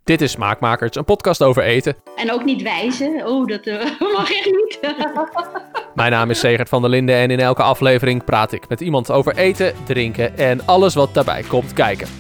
Dit is Smaakmakers, een podcast over eten. En ook niet wijzen. Oh, dat mag echt niet. Mijn naam is Segert van der Linden en in elke aflevering praat ik met iemand over eten, drinken en alles wat daarbij komt kijken.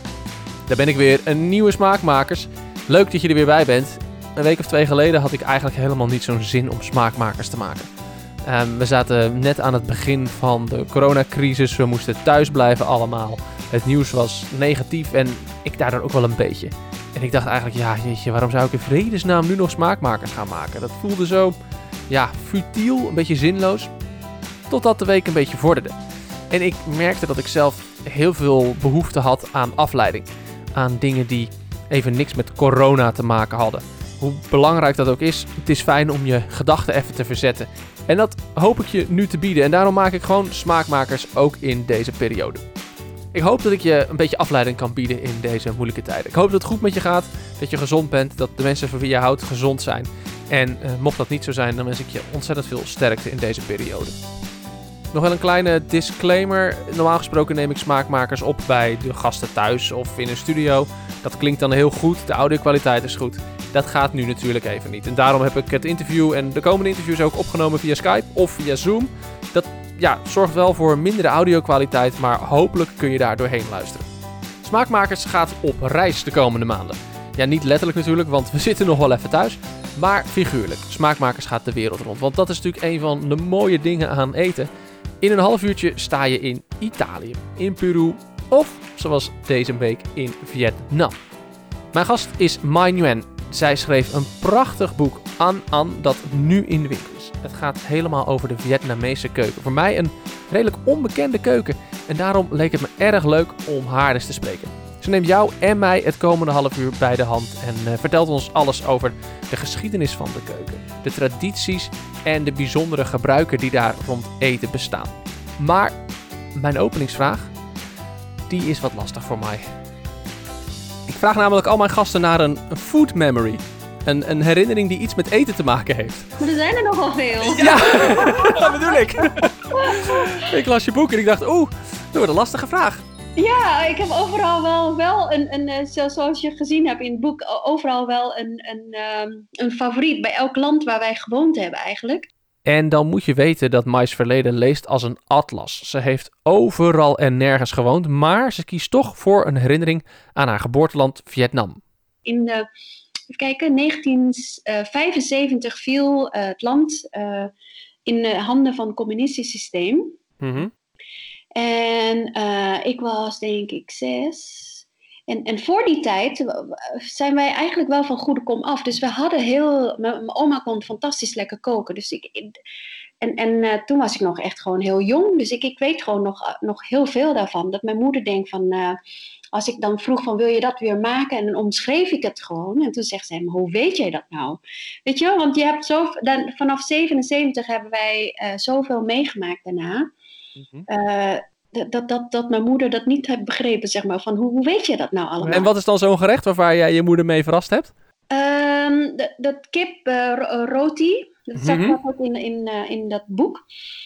Daar ben ik weer, een nieuwe Smaakmakers. Leuk dat je er weer bij bent. Een week of 2 geleden had ik eigenlijk helemaal niet zo'n zin om Smaakmakers te maken. We zaten net aan het begin van de coronacrisis. We moesten thuis blijven allemaal. Het nieuws was negatief en ik daardoor ook wel een beetje. En ik dacht eigenlijk, ja jeetje, waarom zou ik in vredesnaam nu nog Smaakmakers gaan maken? Dat voelde zo, futiel, een beetje zinloos. Totdat de week een beetje vorderde. En ik merkte dat ik zelf heel veel behoefte had aan afleiding. Aan dingen die even niks met corona te maken hadden. Hoe belangrijk dat ook is, het is fijn om je gedachten even te verzetten. En dat hoop ik je nu te bieden. En daarom maak ik gewoon Smaakmakers ook in deze periode. Ik hoop dat ik je een beetje afleiding kan bieden in deze moeilijke tijden. Ik hoop dat het goed met je gaat, dat je gezond bent, dat de mensen van wie je houdt gezond zijn. En mocht dat niet zo zijn, dan wens ik je ontzettend veel sterkte in deze periode. Nog wel een kleine disclaimer. Normaal gesproken neem ik Smaakmakers op bij de gasten thuis of in een studio. Dat klinkt dan heel goed, de audio-kwaliteit is goed. Dat gaat nu natuurlijk even niet. En daarom heb ik het interview en de komende interviews ook opgenomen via Skype of via Zoom. Dat zorgt wel voor mindere audio-kwaliteit, maar hopelijk kun je daar doorheen luisteren. Smaakmakers gaat op reis de komende maanden. Ja, niet letterlijk natuurlijk, want we zitten nog wel even thuis. Maar figuurlijk. Smaakmakers gaat de wereld rond. Want dat is natuurlijk een van de mooie dingen aan eten. In een half uurtje sta je in Italië, in Peru of, zoals deze week, in Vietnam. Mijn gast is Mai Nguyen. Zij schreef een prachtig boek, An An, dat nu in de winkel is. Het gaat helemaal over de Vietnamese keuken. Voor mij een redelijk onbekende keuken. En daarom leek het me erg leuk om haar eens te spreken. Ze neemt jou en mij het komende half uur bij de hand en vertelt ons alles over de geschiedenis van de keuken, de tradities en de bijzondere gebruiken die daar rond eten bestaan. Maar mijn openingsvraag, die is wat lastig voor mij. Ik vraag namelijk al mijn gasten naar een food memory. Een herinnering die iets met eten te maken heeft. Maar er zijn er nogal veel. Ja, dat bedoel ik. Ik las je boek en ik dacht, dat wordt een lastige vraag. Ja, ik heb overal wel zoals je gezien hebt in het boek, overal wel een favoriet bij elk land waar wij gewoond hebben eigenlijk. En dan moet je weten dat Mai's verleden leest als een atlas. Ze heeft overal en nergens gewoond, maar ze kiest toch voor een herinnering aan haar geboorteland Vietnam. In 1975 viel het land in de handen van het communistisch systeem. Mm-hmm. En ik was denk ik 6. En voor die tijd zijn wij eigenlijk wel van goede kom af. Dus we hadden mijn oma kon fantastisch lekker koken. Dus toen was ik nog echt gewoon heel jong. Dus ik weet gewoon nog heel veel daarvan. Dat mijn moeder denkt van, als ik dan vroeg van wil je dat weer maken? En dan omschreef ik het gewoon. En toen zegt zij, maar hoe weet jij dat nou? Weet je wel, want je hebt vanaf 77 hebben wij zoveel meegemaakt daarna. Mm-hmm. Dat mijn moeder dat niet heeft begrepen, zeg maar. Van hoe weet je dat nou allemaal? En wat is dan zo'n gerecht waar jij je moeder mee verrast hebt? Dat kip roti. Dat staat ook in dat boek.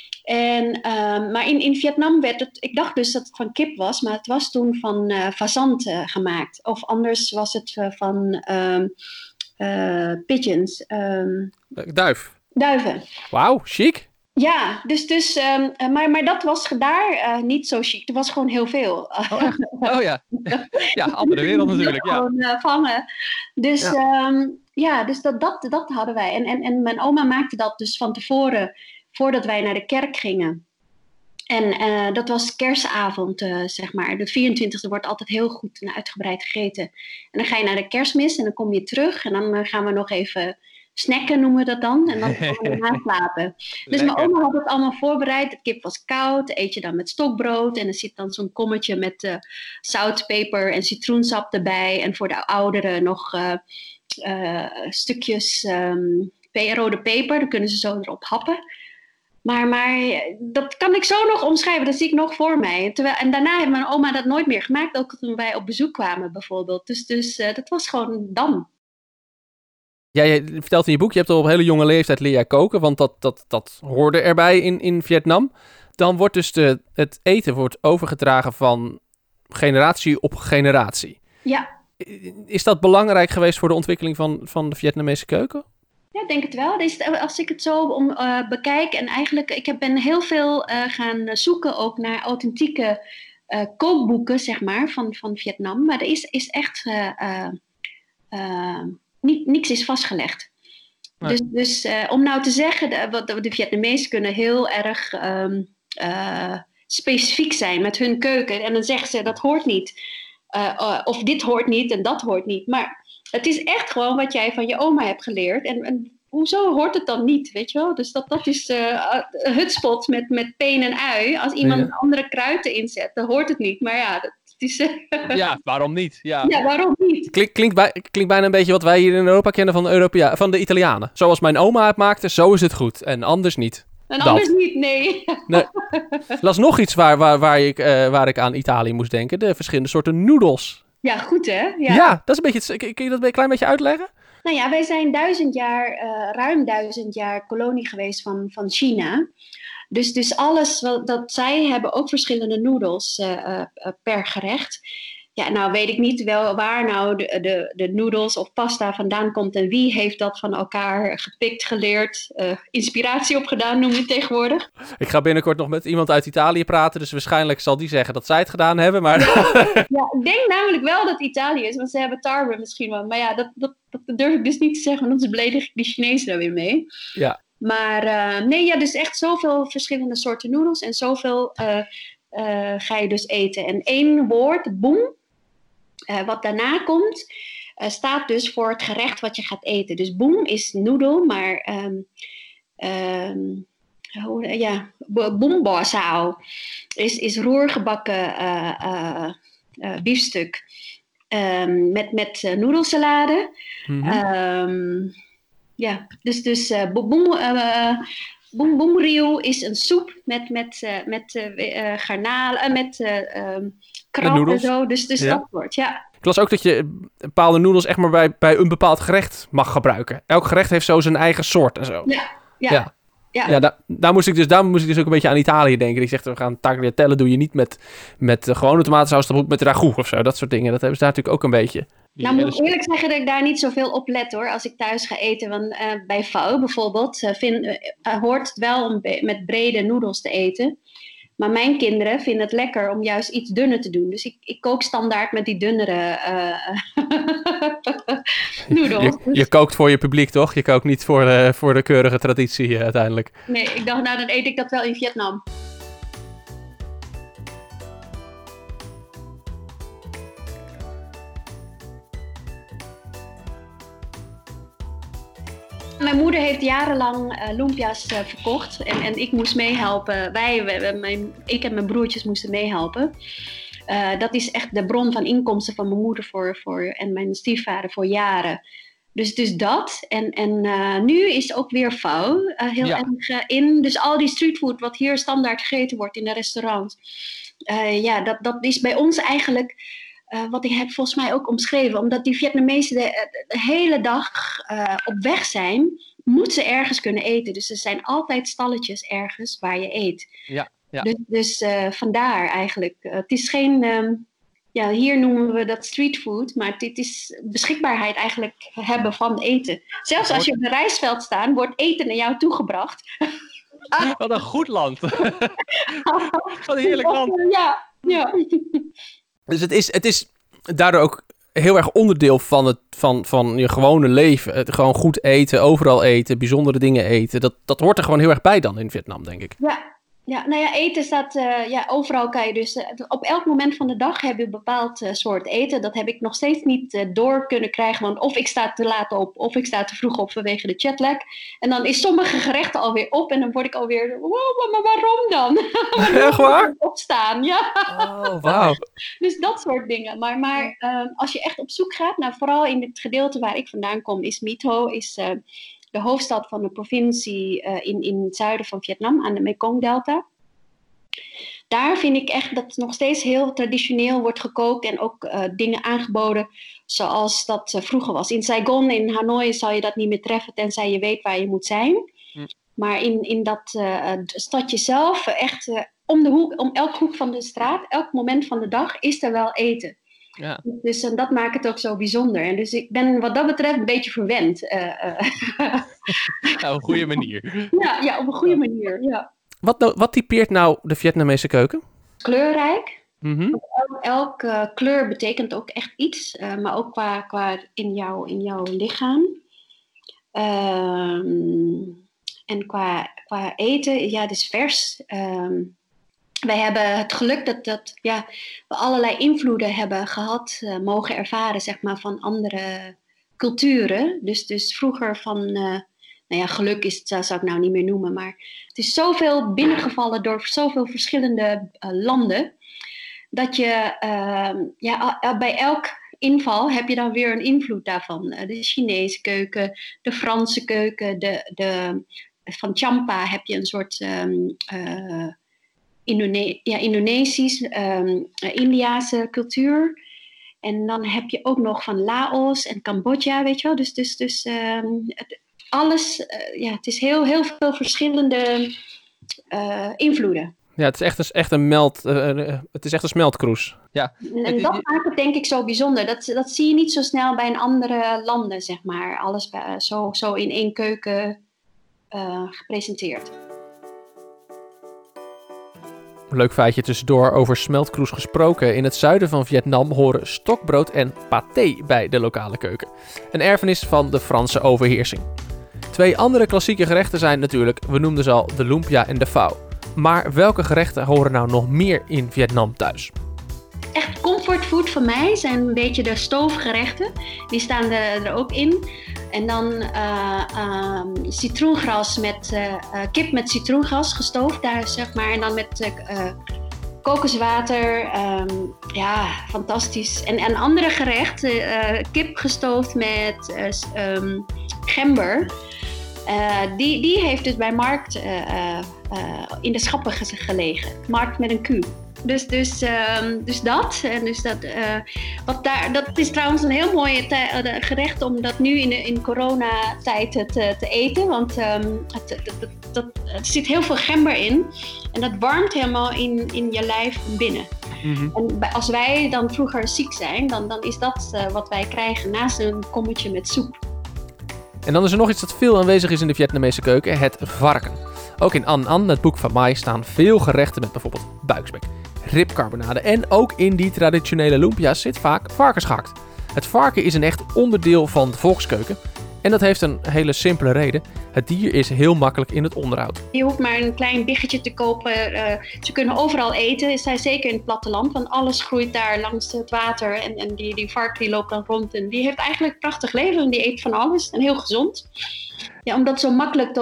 Maar in Vietnam werd het... Ik dacht dus dat het van kip was, maar het was toen van fazant gemaakt. Of anders was het van pigeons. Duiven. Wauw, chic. Ja, maar dat was daar niet zo chic. Er was gewoon heel veel. Oh, echt? Oh ja. Ja, andere wereld natuurlijk. Ja. Gewoon vangen. Dus dus dat hadden wij. En mijn oma maakte dat dus van tevoren, voordat wij naar de kerk gingen. En dat was kerstavond, zeg maar. De 24e wordt altijd heel goed en uitgebreid gegeten. En dan ga je naar de kerstmis en dan kom je terug. En dan gaan we nog even... snacken noemen we dat dan. En dan gaan we daarna slapen. Dus mijn oma had het allemaal voorbereid. De kip was koud. Eet je dan met stokbrood. En er zit dan zo'n kommetje met zout, peper en citroensap erbij. En voor de ouderen nog stukjes rode peper. Dan kunnen ze zo erop happen. Maar dat kan ik zo nog omschrijven. Dat zie ik nog voor mij. En daarna heeft mijn oma dat nooit meer gemaakt. Ook toen wij op bezoek kwamen bijvoorbeeld. Dus dat was gewoon dan. Ja, je vertelt in je boek, je hebt al op hele jonge leeftijd leren koken, want dat hoorde erbij in Vietnam. Dan wordt dus het eten overgedragen van generatie op generatie. Ja. Is dat belangrijk geweest voor de ontwikkeling van de Vietnamese keuken? Ja, ik denk het wel. Dus als ik het zo bekijk en eigenlijk, ik ben heel veel gaan zoeken ook naar authentieke kookboeken, zeg maar, van Vietnam. Maar er is echt, niks is vastgelegd. Nee. Dus om nou te zeggen, de Vietnamezen kunnen heel erg specifiek zijn met hun keuken. En dan zeggen ze, dat hoort niet. Of dit hoort niet en dat hoort niet. Maar het is echt gewoon wat jij van je oma hebt geleerd. En hoezo hoort het dan niet, weet je wel? Dus dat is hutspot met peen en ui. Als iemand andere kruiden inzet, dan hoort het niet. Maar ja, dat is... Ja, waarom niet? Ja, waarom niet? Klinkt bijna een beetje wat wij hier in Europa kennen van de Italianen. Zoals mijn oma het maakte, zo is het goed. En anders niet. En anders niet, nee. Dat is nog iets waar ik aan Italië moest denken. De verschillende soorten noedels. Ja, goed hè? Ja, dat is een beetje... Kun je dat een klein beetje uitleggen? Nou ja, wij zijn ruim 1000 jaar kolonie geweest van China. Dus alles dat zij hebben, ook verschillende noedels per gerecht. Ja, nou weet ik niet waar nou de noedels of pasta vandaan komt en wie heeft dat van elkaar gepikt, geleerd, inspiratie opgedaan, noem je het tegenwoordig. Ik ga binnenkort nog met iemand uit Italië praten, dus waarschijnlijk zal die zeggen dat zij het gedaan hebben. Maar... Ja, ik denk namelijk wel dat het Italië is, want ze hebben tarwe misschien wel. Maar ja, dat durf ik dus niet te zeggen, want anders beledig ik die Chinezen daar weer mee. Ja. Maar dus echt zoveel verschillende soorten noedels en zoveel ga je dus eten. En één woord, boem, wat daarna komt, staat dus voor het gerecht wat je gaat eten. Dus boem is noedel, maar boem bo sao is roergebakken biefstuk met noedelsalade. Mm-hmm. Dus boem riu is een soep met garnalen, met krab en zo. Dus dat wordt, ja. Ik las ook dat je bepaalde noedels echt maar bij een bepaald gerecht mag gebruiken. Elk gerecht heeft zo zijn eigen soort en zo. Ja. Daar moest ik dus ook een beetje aan Italië denken. Die zegt, we gaan tagliatelle doe je niet met gewone tomatensaus, dan moet met ragout of zo. Dat soort dingen. Dat hebben ze daar natuurlijk ook een beetje. Nou, moet ik eerlijk zeggen dat ik daar niet zoveel op let hoor. Als ik thuis ga eten. Want bij Pho bijvoorbeeld hoort het wel om met brede noedels te eten. Maar mijn kinderen vinden het lekker om juist iets dunner te doen. Dus ik kook standaard met die dunnere noedels. Je kookt voor je publiek, toch? Je kookt niet voor de keurige traditie uiteindelijk. Nee, ik dacht, nou dan eet ik dat wel in Vietnam. Mijn moeder heeft jarenlang lumpia's verkocht en ik moest meehelpen. Ik en mijn broertjes moesten meehelpen. Dat is echt de bron van inkomsten van mijn moeder en mijn stiefvader voor jaren. Dus dat. En nu is ook weer Pho heel erg in. Dus al die streetfood wat hier standaard gegeten wordt in de restaurants. Dat is bij ons eigenlijk... wat ik heb volgens mij ook omschreven. Omdat die Vietnamezen de hele dag op weg zijn, moeten ze ergens kunnen eten. Dus er zijn altijd stalletjes ergens waar je eet. Ja. Dus vandaar eigenlijk. Het is geen... hier noemen we dat streetfood. Maar dit is beschikbaarheid eigenlijk hebben van eten. Zelfs als je op een rijstveld staat, wordt eten naar jou toegebracht. Wat een goed land. Wat een heerlijk land. Ja. Dus het is daardoor ook heel erg onderdeel van je gewone leven. Gewoon goed eten, overal eten, bijzondere dingen eten. Dat hoort er gewoon heel erg bij dan in Vietnam, denk ik. Ja, nou ja, eten staat... overal kan je dus... op elk moment van de dag heb je een bepaald soort eten. Dat heb ik nog steeds niet door kunnen krijgen. Want of ik sta te laat op, of ik sta te vroeg op vanwege de jetlag. En dan is sommige gerechten alweer op. En dan word ik alweer... Wow, maar waarom dan? Echt waar? Opstaan, ja. Oh, wauw. Dus dat soort dingen. Maar als je echt op zoek gaat... Nou, vooral in het gedeelte waar ik vandaan kom, is My Tho. Is de hoofdstad van de provincie in het zuiden van Vietnam, aan de Mekong-delta. Daar vind ik echt dat nog steeds heel traditioneel wordt gekookt en ook dingen aangeboden zoals dat vroeger was. In Saigon, in Hanoi, zal je dat niet meer treffen tenzij je weet waar je moet zijn. Maar in dat stadje zelf, echt om elk hoek van de straat, elk moment van de dag, is er wel eten. Ja. Dus dat maakt het ook zo bijzonder. En dus ik ben wat dat betreft een beetje verwend. Op een goede manier. Ja, op een goede manier, ja. Wat typeert nou de Vietnamese keuken? Kleurrijk. Mhm. Elke kleur betekent ook echt iets, maar ook qua in jouw lichaam. En qua eten, ja, het is vers. Wij hebben het geluk dat we allerlei invloeden hebben gehad, mogen ervaren, zeg maar, van andere culturen. Dus vroeger van, geluk zou ik nou niet meer noemen, maar het is zoveel binnengevallen door zoveel verschillende landen, dat je bij elk inval heb je dan weer een invloed daarvan. De Chinese keuken, de Franse keuken, van Champa heb je een soort Indonesisch, Indiase cultuur. En dan heb je ook nog van Laos en Cambodja, weet je wel. Dus alles, het is heel, heel veel verschillende invloeden. Ja, het is echt het is echt een smeltkroes. Ja. En dat maakt het denk ik zo bijzonder. Dat zie je niet zo snel bij andere landen, zeg maar. Alles zo in één keuken gepresenteerd. Leuk feitje tussendoor over smeltkroes gesproken. In het zuiden van Vietnam horen stokbrood en paté bij de lokale keuken. Een erfenis van de Franse overheersing. 2 andere klassieke gerechten zijn natuurlijk, we noemden ze al, de lumpia en de pho. Maar welke gerechten horen nou nog meer in Vietnam thuis? Echt comfortfood voor mij zijn een beetje de stoofgerechten. Die staan er ook in. En dan citroengras met kip met citroengras gestoofd daar, zeg maar. En dan met kokoswater. Fantastisch. En andere gerechten, kip gestoofd met gember. Die heeft dus bij Markt in de schappen gelegen. Markt met een Q. Dus dat. En dus dat is trouwens een heel mooi gerecht om dat nu in coronatijd te eten. Want er zit heel veel gember in. En dat warmt helemaal in je lijf van binnen. Mm-hmm. En als wij dan vroeger ziek zijn, dan is dat wat wij krijgen naast een kommetje met soep. En dan is er nog iets dat veel aanwezig is in de Vietnamese keuken, het varken. Ook in An An, het boek van Mai, staan veel gerechten met bijvoorbeeld buikspek, ribcarbonade en ook in die traditionele lumpia's zit vaak varkensgehakt. Het varken is een echt onderdeel van de volkskeuken en dat heeft een hele simpele reden. Het dier is heel makkelijk in het onderhoud. Je hoeft maar een klein biggetje te kopen. Ze kunnen overal eten, zeker in het platteland, want alles groeit daar langs het water. En die varken die loopt dan rond en die heeft eigenlijk een prachtig leven en die eet van alles en heel gezond. Ja, omdat het zo makkelijk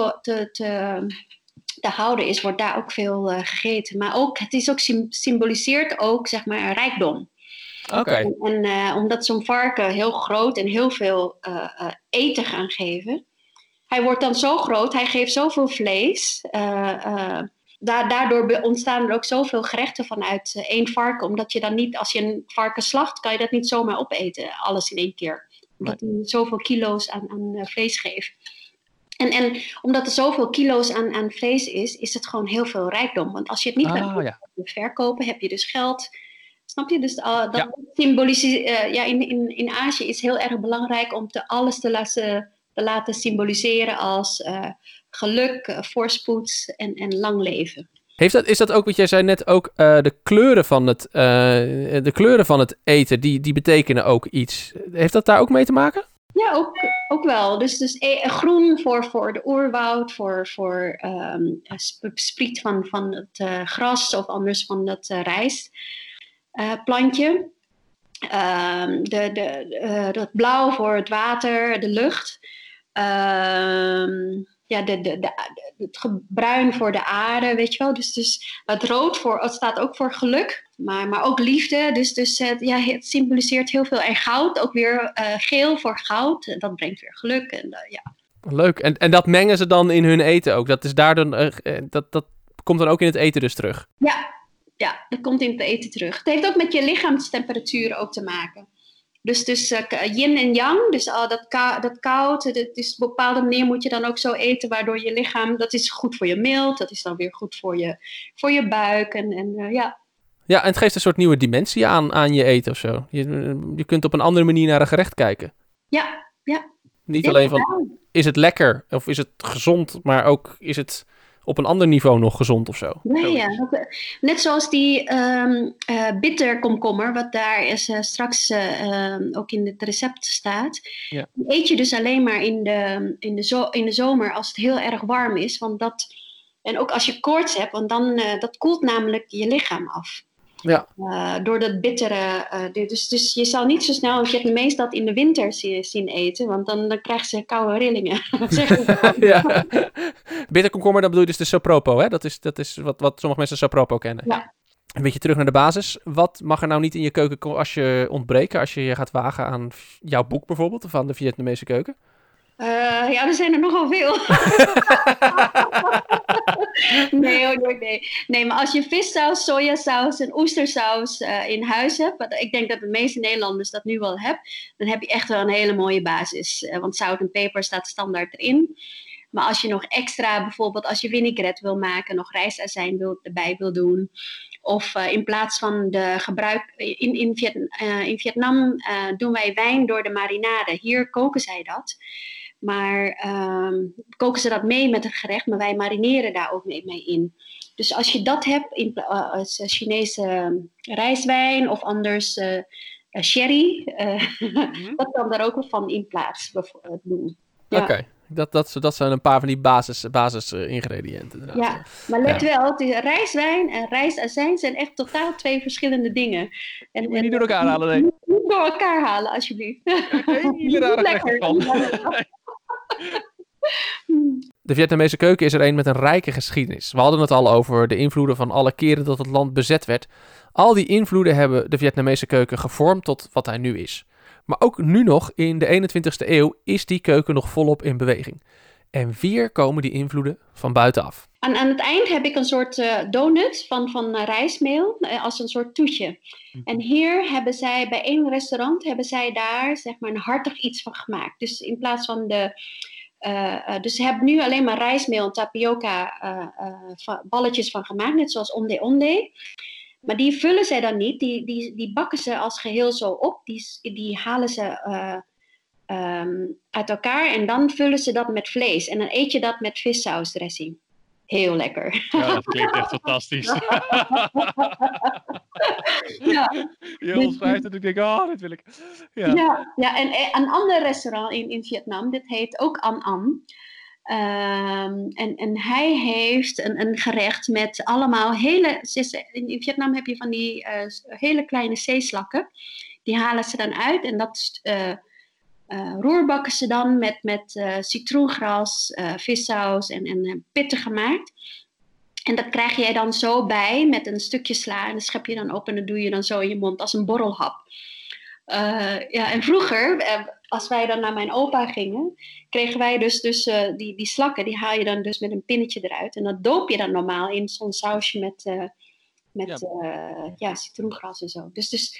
te houden is, wordt daar ook veel gegeten. Maar ook, het is ook symboliseert ook, zeg maar, een rijkdom. Okay. En omdat zo'n varken heel groot en heel veel eten gaan geven, hij wordt dan zo groot, hij geeft zoveel vlees. Daardoor ontstaan er ook zoveel gerechten vanuit één varken. Omdat je dan niet, als je een varken slacht, kan je dat niet zomaar opeten, alles in één keer. Omdat hij zoveel kilo's aan vlees geeft. En omdat er zoveel kilo's aan vlees is het gewoon heel veel rijkdom. Want als je het niet kan verkopen, heb je dus geld. Snap je? Dus dat symboliseert. In Azië is heel erg belangrijk om alles te laten symboliseren als geluk, voorspoed en lang leven. Is dat ook, wat jij zei net, ook de kleuren van het eten, die betekenen ook iets. Heeft dat daar ook mee te maken? Ja, ook wel. Dus groen voor de oerwoud, voor spriet van het gras of anders van dat rijstplantje. Dat blauw voor het water, de lucht. Het bruin voor de aarde, weet je wel. Dus het rood het staat ook voor geluk, maar ook liefde. Dus het symboliseert heel veel. En goud, ook weer geel voor goud. Dat brengt weer geluk. Leuk. En dat mengen ze dan in hun eten ook? Dat is daar dan, dat komt dan ook in het eten dus terug? Ja, dat komt in het eten terug. Het heeft ook met je lichaamstemperatuur ook te maken. Dus yin en yang, dus dat koud, dus op een bepaalde manier moet je dan ook zo eten, waardoor je lichaam, dat is goed voor je mild, dat is dan weer goed voor je buik. Ja, en het geeft een soort nieuwe dimensie aan je eten of zo. Je kunt op een andere manier naar een gerecht kijken. Ja. Niet alleen van, is het lekker of is het gezond, maar ook is het op een ander niveau nog gezond of zo. Ja. Net zoals die bitter komkommer, wat daar is, straks ook in het recept staat. Ja. Die eet je dus alleen maar in de zomer als het heel erg warm is. En ook als je koorts hebt, want dan dat koelt namelijk je lichaam af. Ja. Door dat bittere. Dus je zal niet zo snel een Vietnamees dat in de winter zien eten, want dan krijgen ze koude rillingen. Ja. Bitter komkommer, dat bedoel je dus de Sopropo, hè? Dat is wat sommige mensen Sopropo kennen. Ja. Een beetje terug naar de basis. Wat mag er nou niet in je keuken als je ontbreken, als je je gaat wagen aan jouw boek bijvoorbeeld, of aan de Vietnamese keuken? Ja, er zijn er nogal veel. Nee, maar als je vissaus, sojasaus en oestersaus in huis hebt, wat ik denk dat de meeste Nederlanders dat nu wel hebben, dan heb je echt wel een hele mooie basis. Want zout en peper staat standaard erin. Maar als je nog extra, bijvoorbeeld als je vinaigrette wil maken, nog rijstazijn erbij wil doen. Of in plaats van de gebruik... In Vietnam doen wij wijn door de marinade. Hier koken zij dat. Maar koken ze dat mee met het gerecht, maar wij marineren daar ook mee in. Dus als je dat hebt, als Chinese rijstwijn of anders sherry, dat kan daar ook wel van in plaats doen. Ja. Oké. Dat zijn een paar van die basis ingrediënten. Ja, maar let wel, rijstwijn en rijstazijn zijn echt totaal twee verschillende dingen. En moet je niet door elkaar halen, nee. Niet door elkaar halen, alsjeblieft. Lekker. De Vietnamese keuken is er een met een rijke geschiedenis. We hadden het al over de invloeden van alle keren dat het land bezet werd. Al die invloeden hebben de Vietnamese keuken gevormd tot wat hij nu is. Maar ook nu nog, in de 21ste eeuw, is die keuken nog volop in beweging. En weer komen die invloeden van buitenaf. Aan het eind heb ik een soort donut van rijstmeel, als een soort toetje. En hier hebben zij, bij één restaurant, daar zeg maar een hartig iets van gemaakt. Dus in plaats van dus ze hebben nu alleen maar rijstmeel en tapioca balletjes van gemaakt, net zoals ondeh ondeh. Maar die vullen zij dan niet, die bakken ze als geheel zo op. Die halen ze uit elkaar en dan vullen ze dat met vlees. En dan eet je dat met vissausdressing. Heel lekker. Ja, dat klinkt echt fantastisch. Ja. Je omschrijft het en ik denk, dit wil ik. Ja, en een ander restaurant in Vietnam, dit heet ook An An. En hij heeft een gerecht met allemaal in Vietnam heb je van die hele kleine zeeslakken. Die halen ze dan uit en dat roerbakken ze dan met citroengras, vissaus en pitten gemaakt. En dat krijg jij dan zo bij met een stukje sla en dat schep je dan op en dat doe je dan zo in je mond als een borrelhap. En vroeger, als wij dan naar mijn opa gingen, kregen wij dus die slakken, die haal je dan dus met een pinnetje eruit. En dat doop je dan normaal in zo'n sausje met citroengras en zo. Dus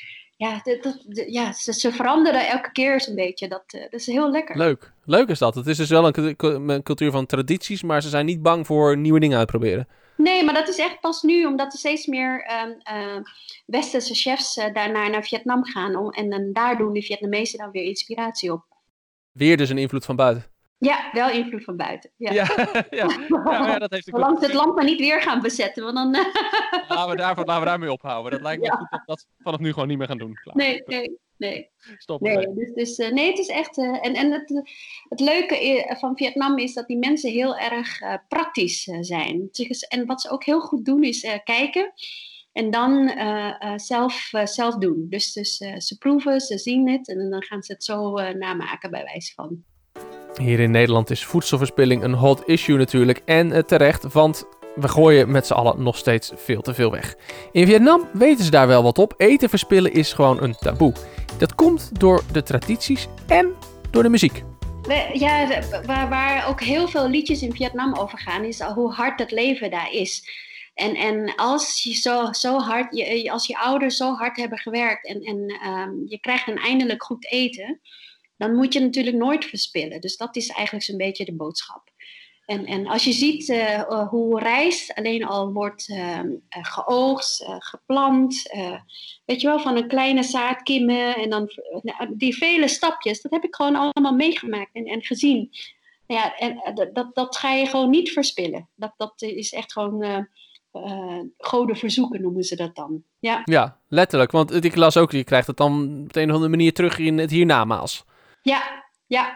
ze veranderen elke keer zo'n beetje. Dat is heel lekker. Leuk is dat. Het is dus wel een cultuur van tradities, maar ze zijn niet bang voor nieuwe dingen uitproberen. Nee, maar dat is echt pas nu, omdat er steeds meer westerse chefs daarna naar Vietnam gaan. En daar doen de Vietnamezen dan weer inspiratie op. Weer dus een invloed van buiten. Ja, wel invloed van buiten. Ja, dat heeft zolang ze het land maar niet weer gaan bezetten. Want dan... laten we daarmee ophouden. Dat lijkt me goed dat we dat vanaf nu gewoon niet meer gaan doen. Klaar. Nee. Stop. Nee, het is echt... het leuke van Vietnam is dat die mensen heel erg praktisch zijn. En wat ze ook heel goed doen is kijken en dan zelf doen. Dus ze proeven, ze zien het en dan gaan ze het zo namaken bij wijze van. Hier in Nederland is voedselverspilling een hot issue natuurlijk. En terecht, want we gooien met z'n allen nog steeds veel te veel weg. In Vietnam weten ze daar wel wat op. Eten verspillen is gewoon een taboe. Dat komt door de tradities en door de muziek. Waar ook heel veel liedjes in Vietnam over gaan, is hoe hard het leven daar is. En als je als je ouders zo hard hebben gewerkt en je krijgt dan eindelijk goed eten, dan moet je natuurlijk nooit verspillen. Dus dat is eigenlijk zo'n beetje de boodschap. En als je ziet hoe rijst alleen al wordt geoogst, geplant, weet je wel, van een kleine zaadkiemen en dan die vele stapjes, dat heb ik gewoon allemaal meegemaakt en gezien. Ja, en dat ga je gewoon niet verspillen. Dat is echt gewoon goden verzoeken noemen ze dat dan. Ja, letterlijk. Want ik las ook, je krijgt het dan op de een of andere manier terug in het hiernamaals. Ja.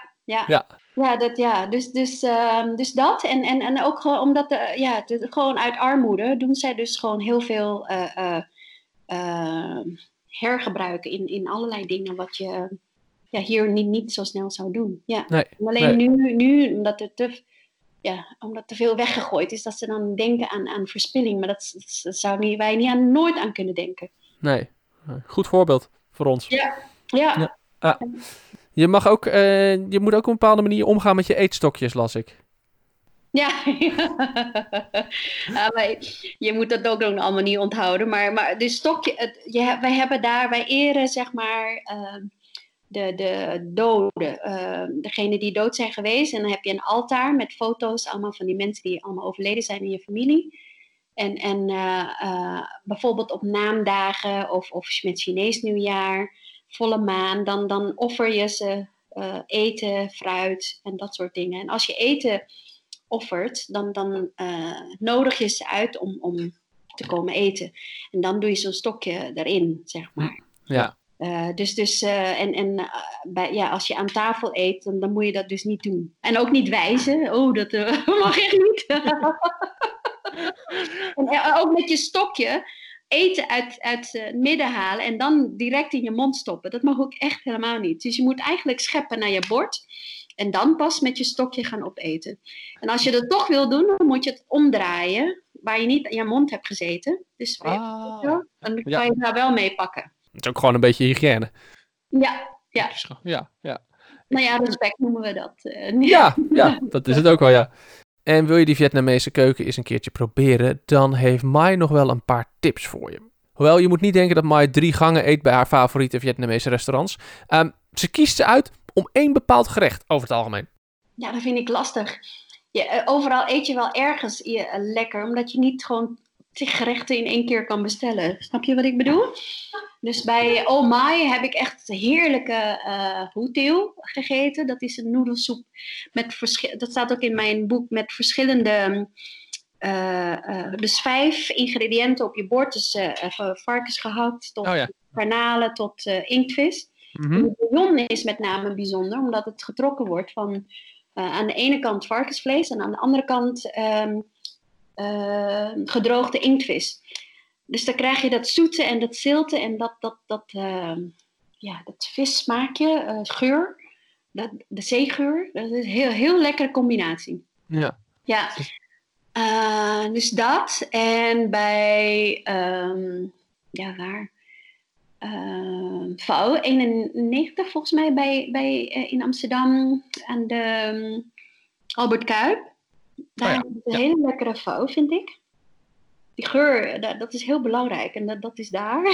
Dus dat. En ook gewoon omdat gewoon uit armoede doen zij dus gewoon heel veel hergebruiken in allerlei dingen wat je hier niet zo snel zou doen. Ja. Nee, alleen nu omdat er te veel weggegooid is, dat ze dan denken aan verspilling. Maar dat zouden wij nooit aan kunnen denken. Nee, goed voorbeeld voor ons. Ja. Je mag ook, je moet ook op een bepaalde manier omgaan met je eetstokjes, las ik. Ja, maar je moet dat ook allemaal niet onthouden. Maar de stokje, wij eren zeg maar de doden, degene die dood zijn geweest. En dan heb je een altaar met foto's allemaal van die mensen die allemaal overleden zijn in je familie. En bijvoorbeeld op naamdagen of met Chinees nieuwjaar, volle maan, dan offer je ze eten, fruit en dat soort dingen. En als je eten offert, dan nodig je ze uit om te komen eten. En dan doe je zo'n stokje erin, zeg maar. Ja. Als je aan tafel eet, dan moet je dat dus niet doen. En ook niet wijzen. Oh, dat mag echt niet. En ook met je stokje eten uit het midden halen en dan direct in je mond stoppen. Dat mag ook echt helemaal niet. Dus je moet eigenlijk scheppen naar je bord en dan pas met je stokje gaan opeten. En als je dat toch wil doen, dan moet je het omdraaien waar je niet in je mond hebt gezeten. Dus dan kan je daar wel mee pakken. Het is ook gewoon een beetje hygiëne. Ja. Nou ja, respect noemen we dat. Ja, dat is het ook wel, ja. En wil je die Vietnamese keuken eens een keertje proberen, dan heeft Mai nog wel een paar tips voor je. Hoewel, je moet niet denken dat Mai 3 gangen eet bij haar favoriete Vietnamese restaurants. Ze kiest ze uit om 1 bepaald gerecht over het algemeen. Ja, dat vind ik lastig. Overal eet je wel ergens lekker, omdat je niet gewoon 10 gerechten in 1 keer kan bestellen. Snap je wat ik bedoel? Dus bij Oh My heb ik echt heerlijke hủ tiếu gegeten. Dat is een noedelsoep met dat staat ook in mijn boek met verschillende dus 5 ingrediënten op je bord. Dus varkens gehakt tot garnalen tot inktvis. Mm-hmm. De bouillon is met name bijzonder, omdat het getrokken wordt van aan de ene kant varkensvlees en aan de andere kant gedroogde inktvis. Dus dan krijg je dat zoete en dat zilte en dat vissmaakje, geur, de zeegeur. Dat is een heel lekkere combinatie. Ja. Dus dat. En bij, waar? Pho 91 volgens mij in Amsterdam aan de Albert Kuip. Daar is een hele lekkere pho, vind ik. Die geur, dat is heel belangrijk en dat is daar.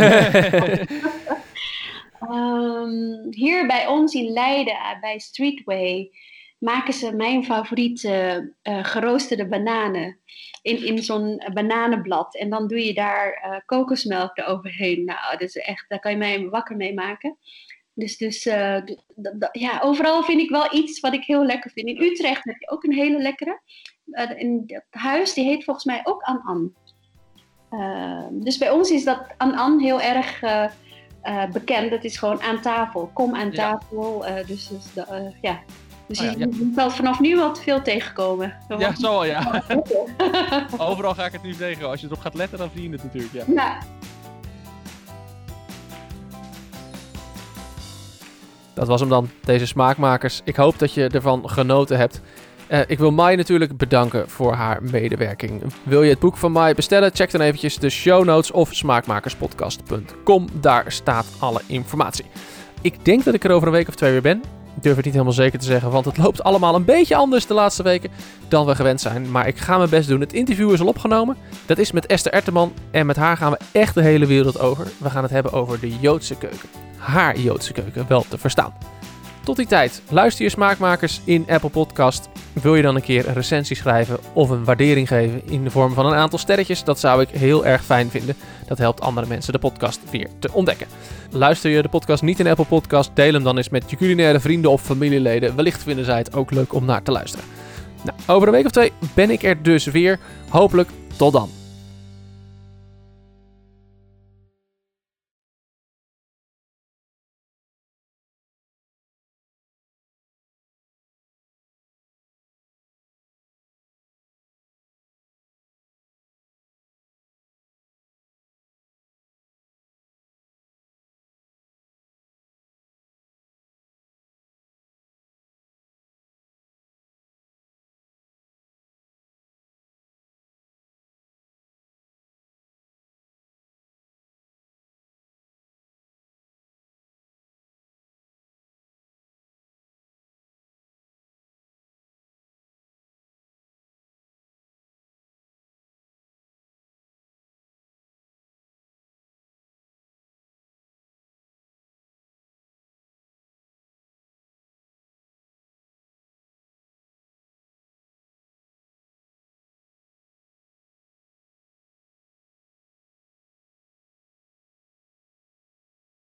Hier bij ons in Leiden, bij Streetway, maken ze mijn favoriete geroosterde bananen in zo'n bananenblad. En dan doe je daar kokosmelk eroverheen. Nou, dat is echt, daar kan je mij wakker mee maken. Dus overal vind ik wel iets wat ik heel lekker vind. In Utrecht heb je ook een hele lekkere. In dat huis, die heet volgens mij ook An An. Dus bij ons is dat An An heel erg bekend. Dat is gewoon aan tafel. Kom aan tafel. Dus je zal vanaf nu wat veel tegenkomen. Ja, zo wel, ja. Overal ga ik het nu tegen. Als je erop gaat letten, dan zie je het natuurlijk. Ja. Dat was hem dan, deze smaakmakers. Ik hoop dat je ervan genoten hebt. Ik wil Mai natuurlijk bedanken voor haar medewerking. Wil je het boek van Mai bestellen? Check dan eventjes de show notes of smaakmakerspodcast.com. Daar staat alle informatie. Ik denk dat ik er over een week of 2 weer ben. Ik durf het niet helemaal zeker te zeggen, want het loopt allemaal een beetje anders de laatste weken dan we gewend zijn. Maar ik ga mijn best doen. Het interview is al opgenomen. Dat is met Esther Erteman en met haar gaan we echt de hele wereld over. We gaan het hebben over de Joodse keuken. Haar Joodse keuken wel te verstaan. Tot die tijd, luister je Smaakmakers in Apple Podcast. Wil je dan een keer een recensie schrijven of een waardering geven in de vorm van een aantal sterretjes? Dat zou ik heel erg fijn vinden. Dat helpt andere mensen de podcast weer te ontdekken. Luister je de podcast niet in Apple Podcast, deel hem dan eens met je culinaire vrienden of familieleden. Wellicht vinden zij het ook leuk om naar te luisteren. Nou, over een week of 2 ben ik er dus weer. Hopelijk tot dan.